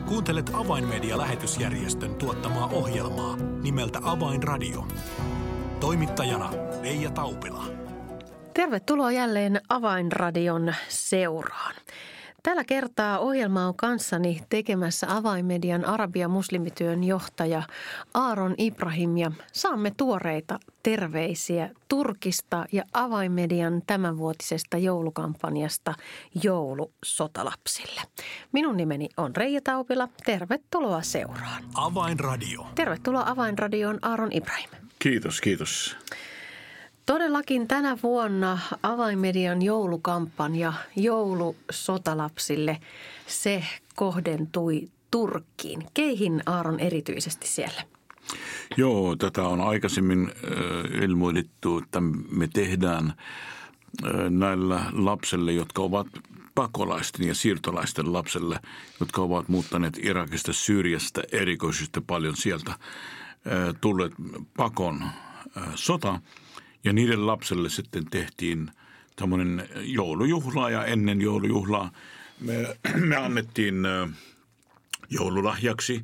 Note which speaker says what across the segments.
Speaker 1: Kuuntelet Avainmedia-lähetysjärjestön tuottamaa ohjelmaa nimeltä Avainradio. Toimittajana Leija Taupila.
Speaker 2: Tervetuloa jälleen Avainradion seuraan. Tällä kertaa ohjelma on kanssani tekemässä Avainmedian arabia-muslimityön johtaja Aaron Ibrahim ja saamme tuoreita terveisiä Turkista ja Avainmedian tämänvuotisesta joulukampanjasta Joulu sotalapsille. Minun nimeni on Leija Taupila. Tervetuloa seuraan.
Speaker 1: Avainradio.
Speaker 2: Tervetuloa Avainradioon Aaron Ibrahim.
Speaker 3: Kiitos, kiitos.
Speaker 2: Todellakin tänä vuonna Avainmedian joulukampanja Joulu sotalapsille, se kohdentui Turkkiin. Keihin, Aaron, erityisesti siellä?
Speaker 3: Joo, tätä on aikaisemmin ilmoitettu, että me tehdään näillä lapsille, jotka ovat pakolaisten ja siirtolaisten lapsille, jotka ovat muuttaneet Irakista, Syyriasta, erikoisesti paljon sieltä tulleet pakon sota. Ja niiden lapselle sitten tehtiin tämmöinen joulujuhla ja ennen joulujuhlaa me annettiin joululahjaksi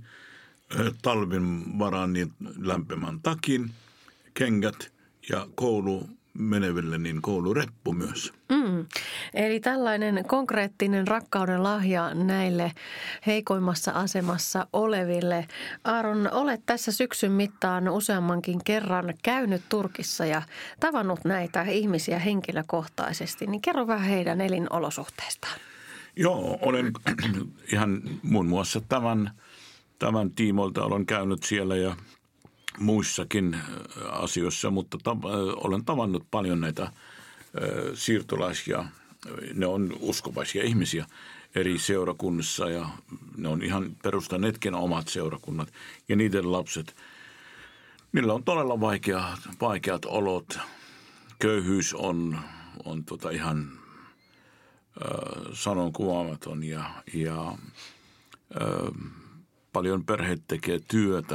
Speaker 3: talven varaan niin lämpimän takin, kengät ja koulu meneville niin koulureppu myös.
Speaker 2: Eli tällainen konkreettinen rakkauden lahja näille heikoimmassa asemassa oleville. Aaron, olet tässä syksyn mittaan useammankin kerran käynyt Turkissa ja tavannut näitä ihmisiä henkilökohtaisesti. Niin kerro vähän heidän elinolosuhteistaan.
Speaker 3: Joo, olen ihan muun muassa tämän tiimoilta olen käynyt siellä ja muissakin asioissa, mutta olen tavannut paljon näitä siirtolaisia. Ne on uskovaisia ihmisiä eri seurakunnissa ja ne on ihan perustaneetkin omat seurakunnat. Ja niiden lapset, niillä on todella vaikeat olot. Köyhyys on ihan sanon kuvaamaton ja paljon perheet tekee työtä,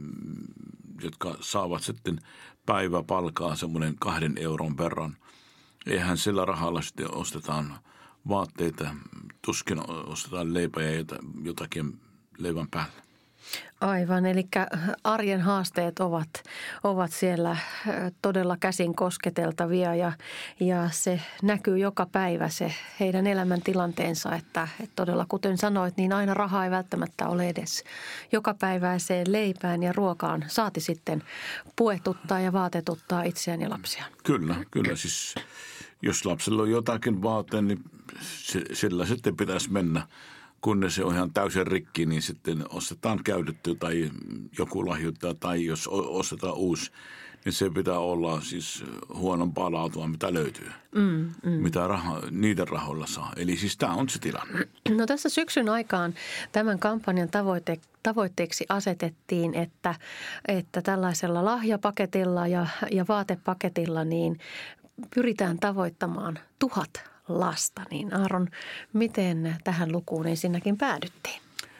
Speaker 3: jotka saavat sitten päiväpalkaa semmoinen 2 euron verran. Eihän sillä rahalla sitten ostetaan vaatteita, tuskin ostetaan leipää ja jotakin leivän päälle.
Speaker 2: Aivan, eli arjen haasteet ovat siellä todella käsin kosketeltavia ja se näkyy joka päivä se heidän elämäntilanteensa, että todella kuten sanoit, niin aina rahaa ei välttämättä ole edes joka päiväiseen leipään ja ruokaan, saati sitten puetuttaa ja vaatetuttaa itseään ja lapsiaan.
Speaker 3: Kyllä siis jos lapsella on jotakin vaate, niin sillä sitten pitäisi mennä. Kun se on ihan täysin rikki, niin sitten ostetaan käytetty tai joku lahjoittaa tai jos ostetaan uusi, niin se pitää olla siis huonompaa laatua, mitä löytyy, mitä niiden rahoilla saa. Eli siis tämä on se tilanne.
Speaker 2: No tässä syksyn aikaan tämän kampanjan tavoitteeksi asetettiin, että tällaisella lahjapaketilla ja vaatepaketilla niin pyritään tavoittamaan 1000 lasta. Niin Aaron, miten tähän lukuun ensinnäkin päädyttiin?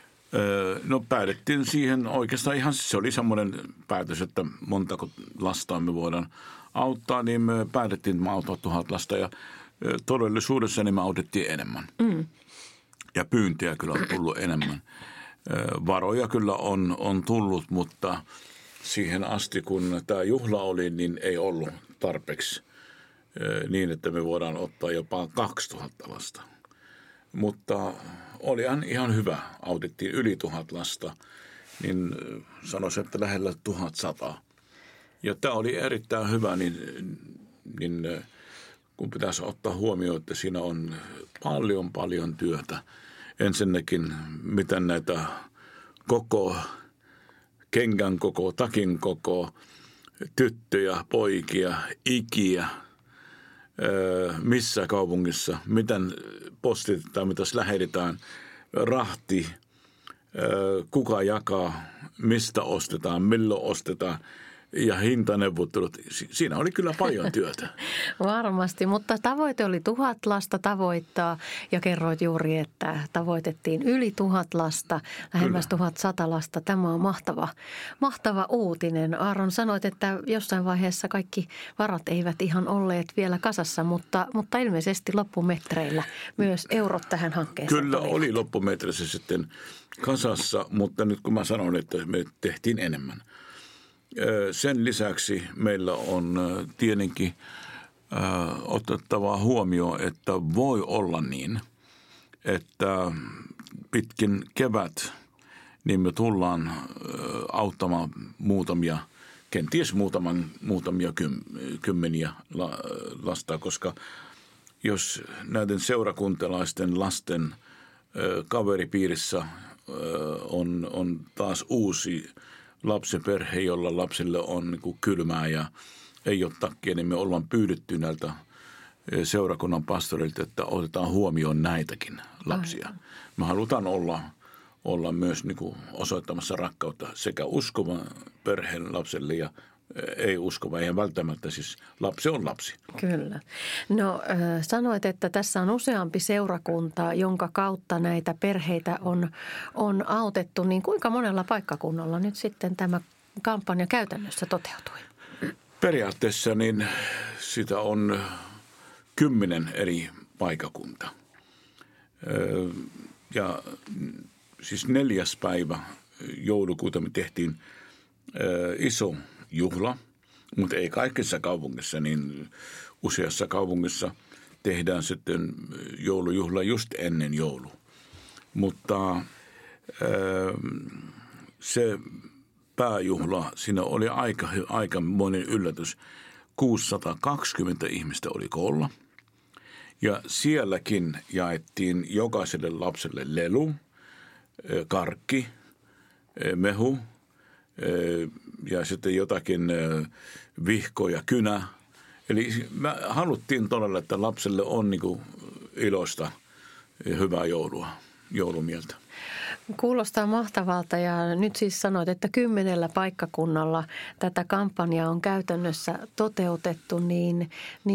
Speaker 3: No päädyttiin siihen oikeastaan ihan, se oli semmoinen päätös, että montako lastaa me voidaan auttaa, niin me päädyttiin, että me auttaa 1000 lasta ja todellisuudessa niin me autettiin enemmän. Ja pyyntiä kyllä on tullut enemmän. Varoja kyllä on tullut, mutta siihen asti kun tämä juhla oli, niin ei ollut tarpeeksi. Niin, että me voidaan ottaa jopa 2000 lasta. Mutta oli ihan hyvä. Autettiin yli 1000 lasta, niin sanoisin, että lähellä 1100. Ja tämä oli erittäin hyvä, niin kun pitäisi ottaa huomioon, että siinä on paljon työtä. Ensinnäkin, miten näitä koko kengän koko, takin koko, tyttöjä, poikia, ikiä, missä kaupungissa, miten postitetaan, mitä lähetetään, rahti, kuka jakaa, mistä ostetaan, milloin ostetaan. ja hintaneuvottelut. Siinä oli kyllä paljon työtä.
Speaker 2: Varmasti, mutta tavoite oli 1000 lasta tavoittaa ja kerroit juuri, että tavoitettiin yli 1000 lasta, lähemmäs 1100 lasta. Tämä on mahtava uutinen. Aaron, sanoit, että jossain vaiheessa kaikki varat eivät ihan olleet vielä kasassa, mutta ilmeisesti loppumetreillä myös eurot tähän hankkeeseen.
Speaker 3: Kyllä oli loppumetreissä sitten kasassa, mutta nyt kun mä sanon, että me tehtiin enemmän. Sen lisäksi meillä on tietenkin otettava huomioon, että voi olla niin, että pitkin kevät niin me tullaan auttamaan kenties muutamia kymmeniä lasta, koska jos näiden seurakuntalaisten lasten kaveripiirissä on taas uusi lapsiperhe, jolla lapsille on niin kuin kylmää ja ei ole takkia, niin me ollaan pyydetty näiltä seurakunnan pastorilta, että otetaan huomioon näitäkin lapsia. Me halutaan olla myös niin kuin osoittamassa rakkautta sekä uskovan perheen lapselle ja ei-uskova. Eihän välttämättä siis lapsi on lapsi.
Speaker 2: Kyllä. No sanoit, että tässä on useampi seurakunta, jonka kautta näitä perheitä on autettu. Niin kuinka monella paikkakunnalla nyt sitten tämä kampanja käytännössä toteutui?
Speaker 3: Periaatteessa niin sitä on 10 eri paikkakunta. Ja siis 4. päivä joulukuuta me tehtiin iso juhla, mutta ei kaikissa kaupungissa, niin useassa kaupungissa tehdään sitten joulujuhla just ennen joulua. Mutta se pääjuhla, siinä oli aika monen yllätys. 620 ihmistä oli koolla ja sielläkin jaettiin jokaiselle lapselle lelu, karkki, mehu ja sitten jotakin vihkoja, kynä. Eli me haluttiin todella, että lapselle on niin kuin iloista ja hyvää joulumieltä.
Speaker 2: Kuulostaa mahtavalta ja nyt siis sanoit, että 10 paikkakunnalla tätä kampanjaa on käytännössä toteutettu, niin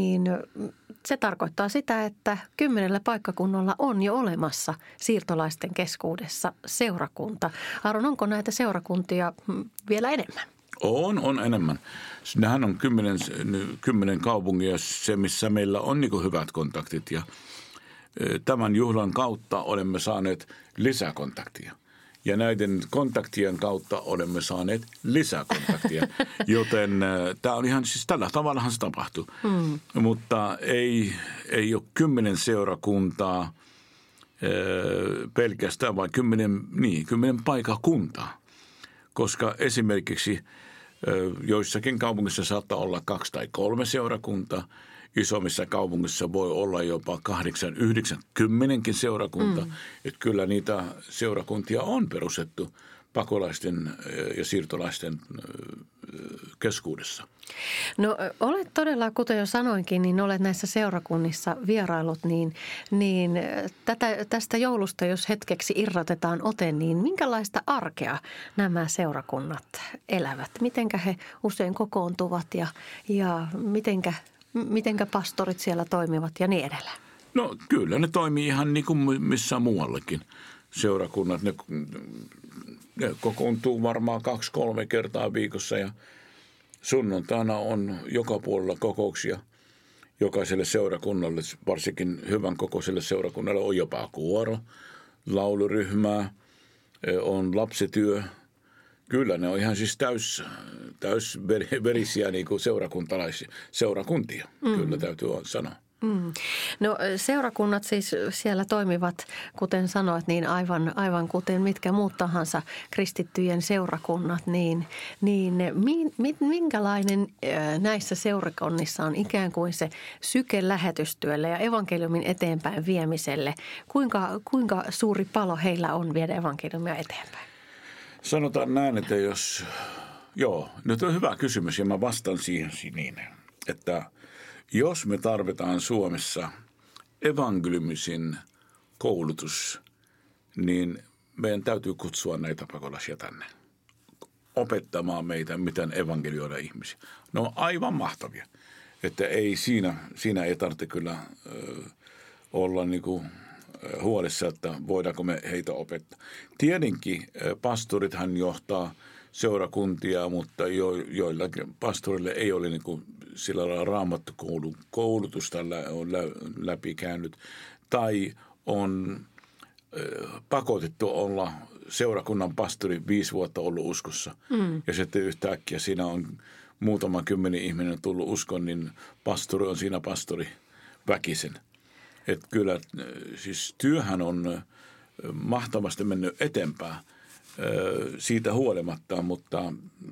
Speaker 2: se tarkoittaa sitä, että 10 paikkakunnalla on jo olemassa siirtolaisten keskuudessa seurakunta. Aaron, onko näitä seurakuntia vielä enemmän?
Speaker 3: On enemmän. Nämähän on 10 kaupungia, se missä meillä on niin kuin hyvät kontaktit ja tämän juhlan kautta olemme saaneet lisäkontaktia. Ja näiden kontaktien kautta olemme saaneet lisäkontaktia, joten tämä on ihan siis tällä tavallahan se tapahtuu. Mutta ei ole 10 seurakuntaa pelkästään, vaan 10 paikkakuntaa. Koska esimerkiksi joissakin kaupungissa saattaa olla 2 tai 3 seurakuntaa. Isommissa kaupungissa voi olla jopa 8, 9, 10 seurakunta. Että kyllä niitä seurakuntia on perustettu pakolaisten ja siirtolaisten keskuudessa.
Speaker 2: No olet todella, kuten jo sanoinkin, niin olet näissä seurakunnissa vierailut, niin tästä joulusta, jos hetkeksi irrotetaan ote, niin minkälaista arkea nämä seurakunnat elävät? Mitenkä he usein kokoontuvat ja mitenkä pastorit siellä toimivat ja niin edelleen?
Speaker 3: No kyllä ne toimii ihan niin kuin missä muuallakin seurakunnat. Ne kokoontuu varmaan 2-3 kertaa viikossa ja sunnuntaina on joka puolella kokouksia. Jokaiselle seurakunnalle, varsinkin hyvän kokoiselle seurakunnalle on jopa kuoro, lauluryhmää, on lapsityö. Kyllä ne on ihan siis täysverisiä niin kuin seurakuntia, kyllä täytyy sanoa.
Speaker 2: No seurakunnat siis siellä toimivat, kuten sanoit, niin aivan kuten mitkä muut tahansa kristittyjen seurakunnat, niin minkälainen näissä seurakunnissa on ikään kuin se syke lähetystyölle ja evankeliumin eteenpäin viemiselle? Kuinka suuri palo heillä on viedä evankeliumia eteenpäin?
Speaker 3: Sanotaan näin, että nyt on hyvä kysymys ja mä vastaan siihen niin, että jos me tarvitaan Suomessa evankeliumisin koulutus, niin meidän täytyy kutsua näitä pakolaisia tänne. opettamaan meitä, miten evankelioida ihmisiä. Ne on aivan mahtavia. Että ei siinä ei tarvitse kyllä olla niin kuin huolissa, että voidaanko me heitä opettaa. Tietenkin pastorithan johtaa seurakuntia, mutta joillakin pastorille ei ole niin kuin sillä lailla raamattokoulutusta läpikäynyt tai on pakotettu olla seurakunnan pastori 5 vuotta ollut uskossa. Ja sitten yhtäkkiä siinä on muutama 10 ihminen tullut uskon, niin pastori on siinä pastori väkisen. Että kyllä siis työhän on mahtavasti mennyt eteenpäin siitä huolimatta, mutta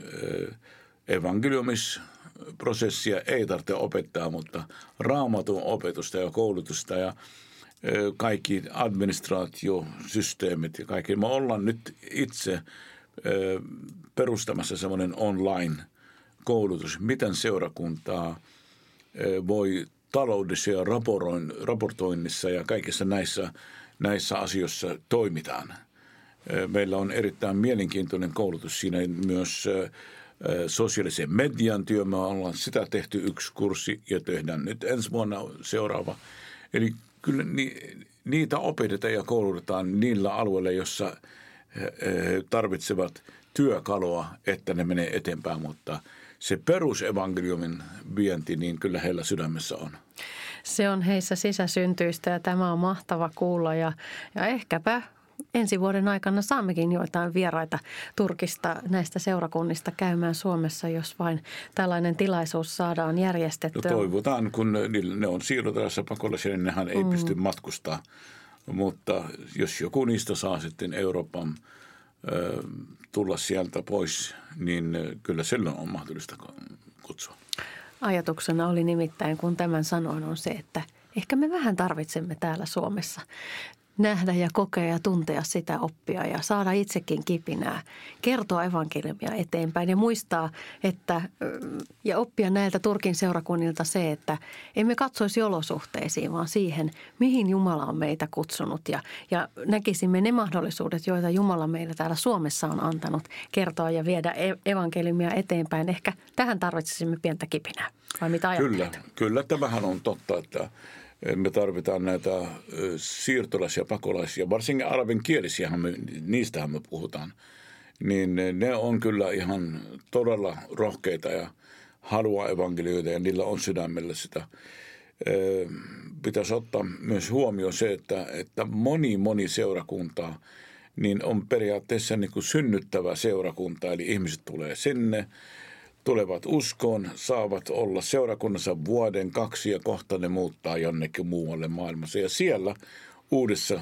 Speaker 3: evankeliumisprosessia ei tarvitse opettaa, mutta raamatun opetusta ja koulutusta ja kaikki administraatiosysteemit ja kaikki. Me ollaan nyt itse perustamassa semmoinen online-koulutus, miten seurakuntaa voi taloudellisessa raportoinnissa ja kaikissa näissä asioissa toimitaan. Meillä on erittäin mielenkiintoinen koulutus siinä myös sosiaalisen median työ. Me ollaan sitä tehty 1 kurssi ja tehdään nyt ensi vuonna seuraava. Eli kyllä niitä opetetaan ja koulutetaan niillä alueilla, jossa he tarvitsevat työkalua, että ne menee eteenpäin, mutta se perusevankeliumin vienti, niin kyllä heillä sydämessä on.
Speaker 2: Se on heissä sisäsyntyistä ja tämä on mahtava kuulla ja ehkäpä ensi vuoden aikana saammekin joitain vieraita Turkista näistä seurakunnista käymään Suomessa, jos vain tällainen tilaisuus saadaan järjestettyä.
Speaker 3: No toivotaan, kun ne on siirtolaisissa pakolaisia, niin nehän ei pysty matkustaa. Mutta jos joku niistä saa sitten Euroopan tulla sieltä pois, niin kyllä silloin on mahdollista kutsua.
Speaker 2: Ajatuksena oli nimittäin, kun tämän sanoin, on se, että ehkä me vähän tarvitsemme täällä Suomessa nähdä ja kokea ja tuntea sitä oppia ja saada itsekin kipinää, kertoa evankeliumia eteenpäin ja muistaa, että ja oppia näiltä Turkin seurakunnilta se, että emme katsoisi olosuhteisiin, vaan siihen, mihin Jumala on meitä kutsunut ja näkisimme ne mahdollisuudet, joita Jumala meillä täällä Suomessa on antanut kertoa ja viedä evankeliumia eteenpäin. Ehkä tähän tarvitsisimme pientä kipinää, vai mitä ajattelet?
Speaker 3: Kyllä tämähän on totta, että me tarvitaan näitä siirtolaisia, pakolaisia, varsinkin arabinkielisiä, niistähän me puhutaan. Niin ne on kyllä ihan todella rohkeita ja haluaa evankelioita ja niillä on sydämellä sitä. Pitäisi ottaa myös huomioon se, että moni seurakuntaa niin on periaatteessa niin kuin synnyttävä seurakunta, eli ihmiset tulee sinne, tulevat uskoon, saavat olla seurakunnassa 1-2 vuoden ja kohta ne muuttaa jonnekin muualle maailmassa. Ja siellä uudessa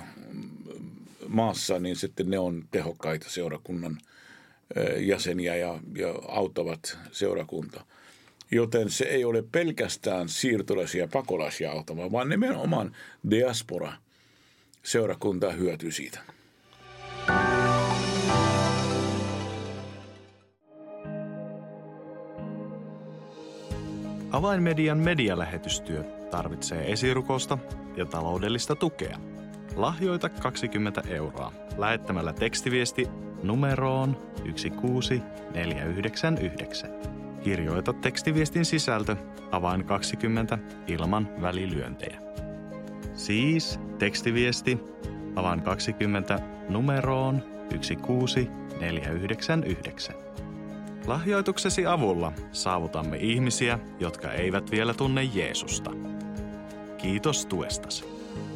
Speaker 3: maassa niin sitten ne on tehokkaita seurakunnan jäseniä ja auttavat seurakuntaa. Joten se ei ole pelkästään siirtolaisia pakolaisia auttamaan, vaan nimenomaan diaspora seurakunta hyötyy siitä.
Speaker 4: Avainmedian medialähetystyö tarvitsee esirukousta ja taloudellista tukea. Lahjoita 20 € lähettämällä tekstiviesti numeroon 16499. Kirjoita tekstiviestin sisältö avain 20 ilman välilyöntejä. Siis tekstiviesti avain 20 numeroon 16499. Lahjoituksesi avulla saavutamme ihmisiä, jotka eivät vielä tunne Jeesusta. Kiitos tuestasi.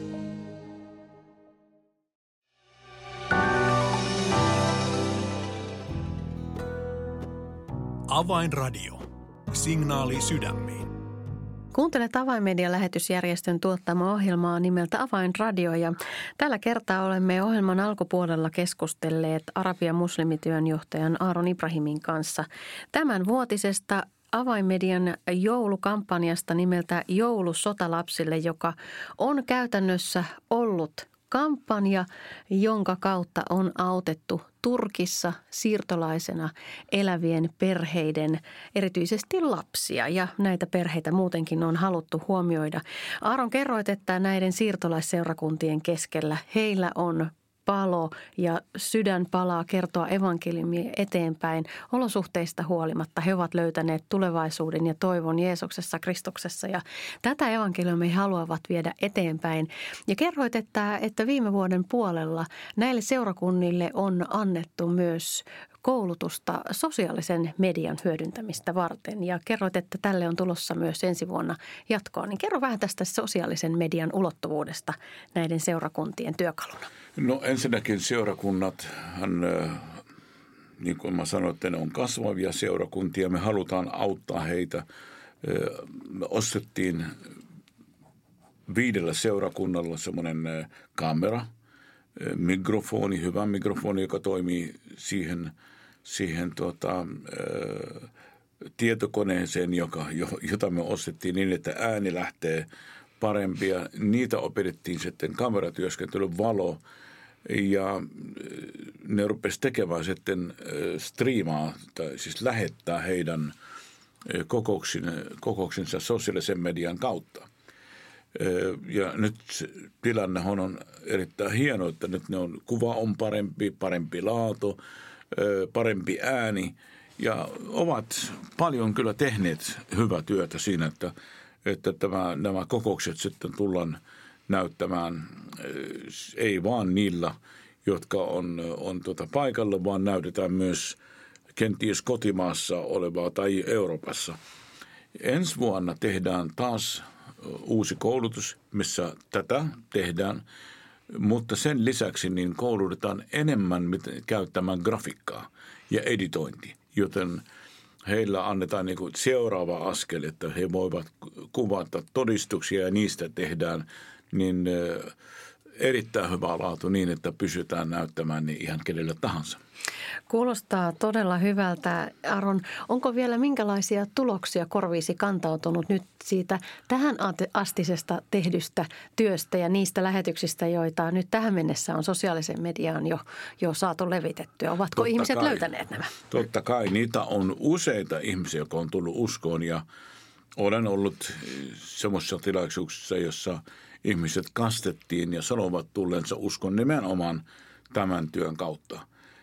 Speaker 1: Avainradio. Signaali sydämiin.
Speaker 2: Kuuntelet Avainmedia-lähetysjärjestön tuottamaa ohjelmaa nimeltä Avainradio ja tällä kertaa olemme ohjelman alkupuolella keskustelleet Arabian muslimityönjohtajan Aaron Ibrahimin kanssa tämän vuotisesta Avainmedian joulukampanjasta nimeltä Joulu sotalapsille, joka on käytännössä ollut kampanja, jonka kautta on autettu Turkissa siirtolaisena elävien perheiden, erityisesti lapsia, ja näitä perheitä muutenkin on haluttu huomioida. Aaron, kerroit, että näiden siirtolaisseurakuntien keskellä heillä on palo ja sydän palaa kertoa evankeliumia eteenpäin olosuhteista huolimatta. He ovat löytäneet tulevaisuuden ja toivon Jeesuksessa, Kristuksessa ja tätä evankeliumia he haluavat viedä eteenpäin. Ja kerroit, että viime vuoden puolella näille seurakunnille on annettu myös koulutusta sosiaalisen median hyödyntämistä varten ja kerroit, että tälle on tulossa myös ensi vuonna jatkoa. Niin kerro vähän tästä sosiaalisen median ulottuvuudesta näiden seurakuntien työkaluna.
Speaker 3: No ensinnäkin seurakunnathan, niin kuin mä sanoin, että ne on kasvavia seurakuntia. Me halutaan auttaa heitä. Me ostettiin 5 seurakunnalla semmoinen kamera, mikrofoni, hyvä mikrofoni, joka toimii siihen tietokoneeseen, jota me ostettiin niin, että ääni lähtee parempia. Niitä opetettiin sitten kameratyöskentelyn valo ja ne rupesi tekemään sitten striimaa, tai siis lähettää heidän kokouksensa sosiaalisen median kautta. Ja nyt tilanne on erittäin hieno, että nyt kuva on parempi laatu, parempi ääni ja ovat paljon kyllä tehneet hyvää työtä siinä, että nämä kokoukset sitten tullaan näyttämään ei vaan niillä, jotka on paikalla, vaan näytetään myös kenties kotimaassa olevaa tai Euroopassa. Ensi vuonna tehdään taas uusi koulutus, missä tätä tehdään, mutta sen lisäksi niin koulutetaan enemmän käyttämään grafiikkaa ja editointi, joten heillä annetaan niin kuin seuraava askel, että he voivat kuvata todistuksia ja niistä tehdään niin erittäin hyvä laatu niin, että pysytään näyttämään niin ihan kenelle tahansa.
Speaker 2: Kuulostaa todella hyvältä. Aron, onko vielä minkälaisia tuloksia korviisi kantautunut nyt siitä tähän astisesta tehdystä työstä ja niistä lähetyksistä, joita nyt tähän mennessä on sosiaalisen mediaan jo saatu levitettyä? Ovatko ihmiset löytäneet nämä?
Speaker 3: Totta kai. Niitä on useita ihmisiä, jotka on tullut uskoon ja olen ollut semmoisissa tilaisuuksissa, jossa ihmiset kastettiin ja sanovat tulleensa uskon nimenomaan tämän työn kautta.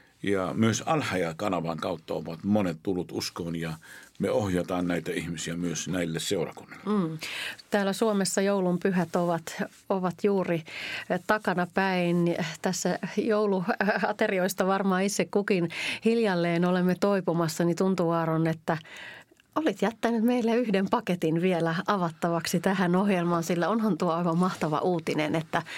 Speaker 3: Ja myös Alhaja-kanavan kautta ovat monet tullut uskoon ja me ohjataan näitä ihmisiä myös näille seurakunnille.
Speaker 2: Täällä Suomessa joulunpyhät ovat juuri takana päin. Tässä jouluaterioista varmaan itse kukin hiljalleen olemme toipumassa, niin tuntuu Aaron, että olit jättänyt meille yhden paketin vielä avattavaksi tähän ohjelmaan, sillä onhan tuo aivan mahtava uutinen,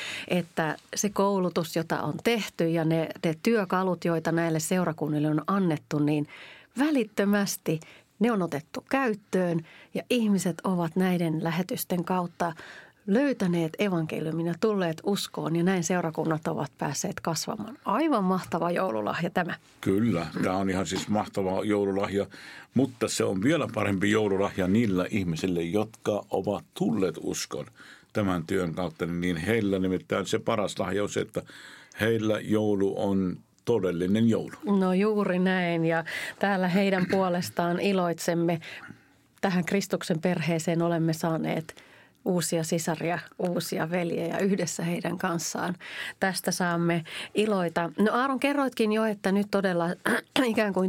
Speaker 2: että se koulutus, jota on tehty ja ne työkalut, joita näille seurakunnille on annettu, niin välittömästi ne on otettu käyttöön ja ihmiset ovat näiden lähetysten kautta löytäneet evankeliumin ja tulleet uskoon ja näin seurakunnat ovat päässeet kasvamaan. Aivan mahtava joululahja tämä. Kyllä,
Speaker 3: tämä on ihan siis mahtava joululahja, mutta se on vielä parempi joululahja niillä ihmisille, jotka ovat tulleet uskon tämän työn kautta. Niin heillä nimittäin se paras lahja on se, että heillä joulu on todellinen joulu.
Speaker 2: No juuri näin ja täällä heidän puolestaan iloitsemme. Tähän Kristuksen perheeseen olemme saaneet uusia sisaria, uusia veljejä yhdessä heidän kanssaan. Tästä saamme iloita. No Aaron, kerroitkin jo, että nyt todella ikään kuin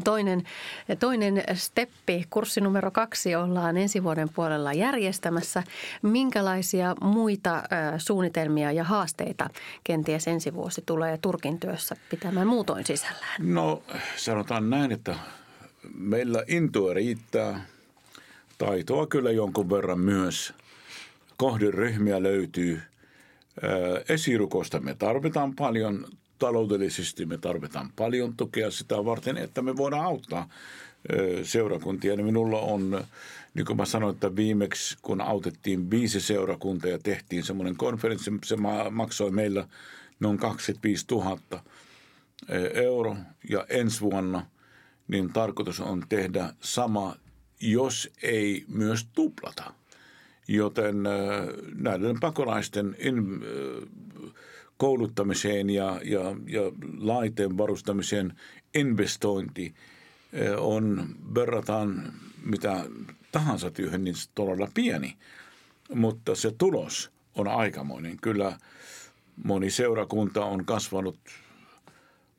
Speaker 2: toinen steppi, kurssi numero 2 ollaan ensi vuoden puolella järjestämässä. Minkälaisia muita suunnitelmia ja haasteita kenties ensi vuosi tulee Turkin työssä pitämään muutoin sisällään?
Speaker 3: No sanotaan näin, että meillä intoa riittää, taitoa kyllä jonkun verran myös. Kohderyhmiä löytyy. Esirukosta me tarvitaan paljon, taloudellisesti me tarvitaan paljon tukea sitä varten, että me voidaan auttaa seurakuntia. Ja minulla on, niin kuin mä sanoin, että viimeksi kun autettiin 5 seurakuntaa ja tehtiin semmoinen konferenssi, se maksoi meillä noin 25 000 € ja ensi vuonna niin tarkoitus on tehdä sama, jos ei myös tuplata. Joten näiden pakolaisten kouluttamiseen ja laiteen varustamiseen investointi on verrataan mitä tahansa työhön niin todella pieni, mutta se tulos on aikamoinen. Kyllä moni seurakunta on kasvanut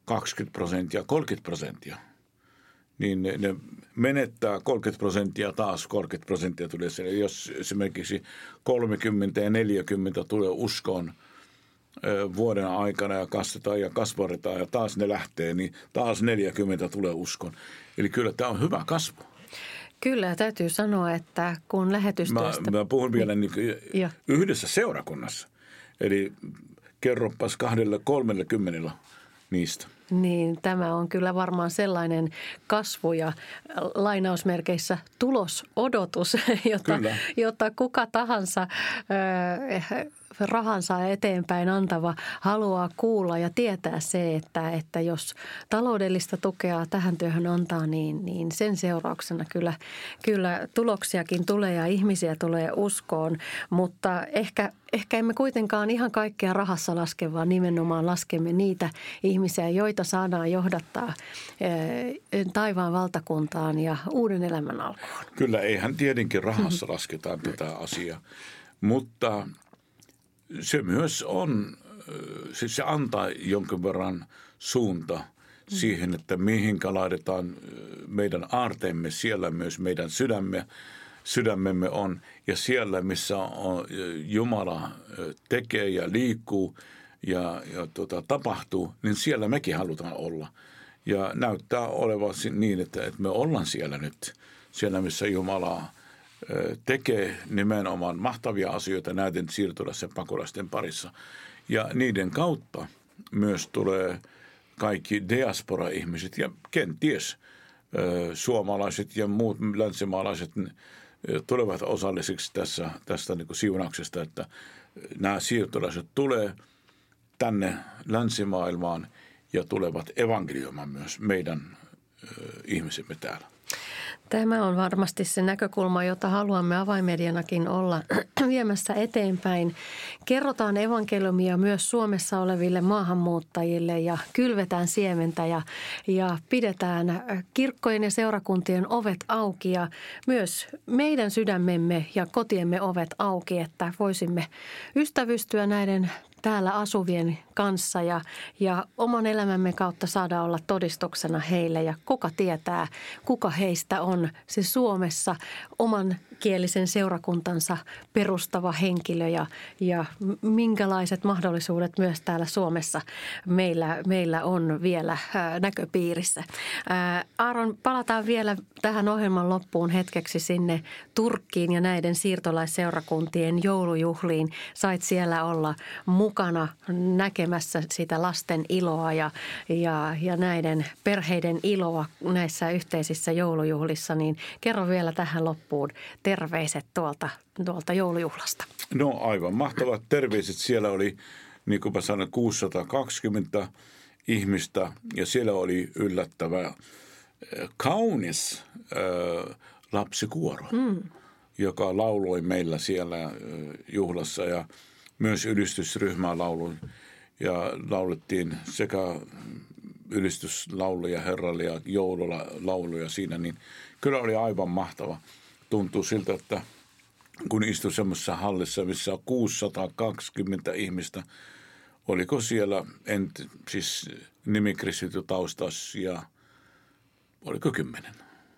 Speaker 3: 20%, 30%, niin ne menettää 30%, taas 30% tulee sinne. Jos esimerkiksi 30 ja 40 tulee uskoon vuoden aikana ja kastetaan ja kasvatetaan ja taas ne lähtee, niin taas 40 tulee uskon. Eli kyllä tämä on hyvä kasvu.
Speaker 2: Kyllä, täytyy sanoa, että kun lähetystyöstä...
Speaker 3: Mä puhun vielä niin yhdessä seurakunnassa. Eli kerropas 20-30 niistä.
Speaker 2: Niin, tämä on kyllä varmaan sellainen kasvu ja lainausmerkeissä tulosodotus, jota kuka tahansa rahansa eteenpäin antava haluaa kuulla ja tietää se, että jos taloudellista tukea tähän työhön antaa, niin sen seurauksena kyllä tuloksiakin tulee ja ihmisiä tulee uskoon, mutta ehkä emme kuitenkaan ihan kaikkea rahassa laske, vaan nimenomaan laskemme niitä ihmisiä, joita saadaan johdattaa taivaan valtakuntaan ja uuden elämän alkuun.
Speaker 3: Kyllä, eihän tietenkin rahassa lasketaan tätä asiaa, mutta se myös on, siis se antaa jonkin verran suunta siihen, että mihinkä laitetaan meidän aarteemme, siellä myös meidän sydämemme on. Ja siellä, missä Jumala tekee ja liikkuu ja tapahtuu, niin siellä mekin halutaan olla. Ja näyttää olevan niin, että me ollaan siellä nyt, siellä missä Jumala tekee nimenomaan mahtavia asioita näiden siirtolaisten pakolaisten parissa. Ja niiden kautta myös tulee kaikki diaspora-ihmiset ja kenties suomalaiset ja muut länsimaalaiset tulevat osallisiksi tästä niin kuin siunauksesta, että nämä siirtolaiset tulee tänne länsimaailmaan ja tulevat evankelioimaan myös meidän ihmisemme täällä.
Speaker 2: Tämä on varmasti se näkökulma, jota haluamme avainmedianakin olla viemässä eteenpäin. Kerrotaan evankeliumia myös Suomessa oleville maahanmuuttajille ja kylvetään siementä ja pidetään kirkkojen ja seurakuntien ovet auki ja myös meidän sydämemme ja kotiemme ovet auki, että voisimme ystävystyä näiden täällä asuvien kanssa ja oman elämämme kautta saada olla todistuksena heille. Ja kuka tietää, kuka heistä on se Suomessa oman kielisen seurakuntansa perustava henkilö ja minkälaiset mahdollisuudet myös täällä Suomessa meillä on vielä näköpiirissä. Aaron, palataan vielä tähän ohjelman loppuun hetkeksi sinne Turkkiin ja näiden siirtolaisseurakuntien joulujuhliin. Sait siellä olla mukana näkemässä sitä lasten iloa ja näiden perheiden iloa näissä yhteisissä joulujuhlissa, niin kerro vielä tähän loppuun terveiset tuolta joulujuhlasta.
Speaker 3: No aivan mahtavat terveiset. Siellä oli, niin kuin mä sanoin, 620 ihmistä ja siellä oli yllättävä kaunis lapsikuoro, joka lauloi meillä siellä juhlassa ja myös ylistysryhmää laului ja laulettiin sekä ylistyslauluja Herralle ja joululauluja siinä, niin kyllä oli aivan mahtava. Tuntuu siltä, että kun istui semmoisessa hallissa, missä on 620 ihmistä, oliko siellä siis nimikristitty taustas ja oliko 10?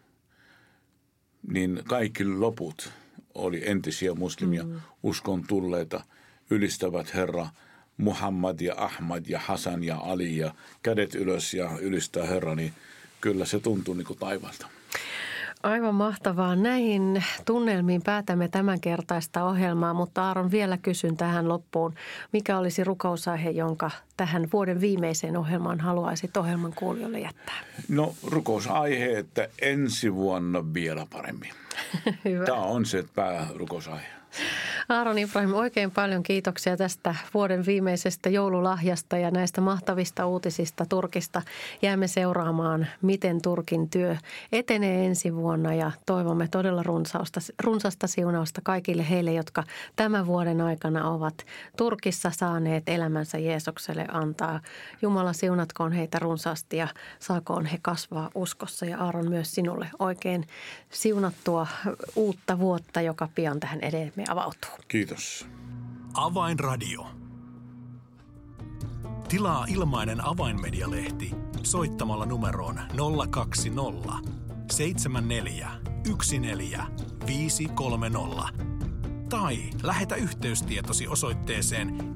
Speaker 3: Niin kaikki loput oli entisiä muslimia, uskon tulleita, ylistävät Herra Muhammad ja Ahmad ja Hasan ja Ali ja kädet ylös ja ylistää Herra, niin kyllä se tuntuu niin kuin taivaalta.
Speaker 2: Aivan mahtavaa. Näihin tunnelmiin päätämme tämänkertaista ohjelmaa, mutta Aaron vielä kysyn tähän loppuun. Mikä olisi rukousaihe, jonka tähän vuoden viimeiseen ohjelmaan haluaisit ohjelman kuulijoille jättää?
Speaker 3: No rukousaihe, että ensi vuonna vielä paremmin.
Speaker 2: Hyvä.
Speaker 3: Tämä on se päärukousaihe.
Speaker 2: Aaron Ibrahim, oikein paljon kiitoksia tästä vuoden viimeisestä joululahjasta ja näistä mahtavista uutisista Turkista. Jäämme seuraamaan, miten Turkin työ etenee ensi vuonna ja toivomme todella runsasta siunausta kaikille heille, jotka tämän vuoden aikana ovat Turkissa saaneet elämänsä Jeesukselle antaa. Jumala siunatkoon heitä runsaasti ja saakoon he kasvaa uskossa ja Aaron myös sinulle oikein siunattua uutta vuotta, joka pian tähän edeemme avautuu.
Speaker 3: Kiitos.
Speaker 1: Avainradio. Tilaa ilmainen Avainmedia-lehti soittamalla numeroon 020 74 14 530 tai lähetä yhteystietosi osoitteeseen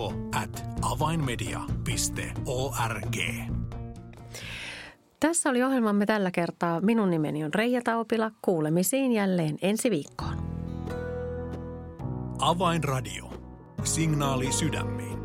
Speaker 1: info@avainmedia.org.
Speaker 2: Tässä oli ohjelmamme tällä kertaa. Minun nimeni on Reija Taupila. Kuulemisiin jälleen ensi viikkoon.
Speaker 1: Avainradio. Signaali sydämiin.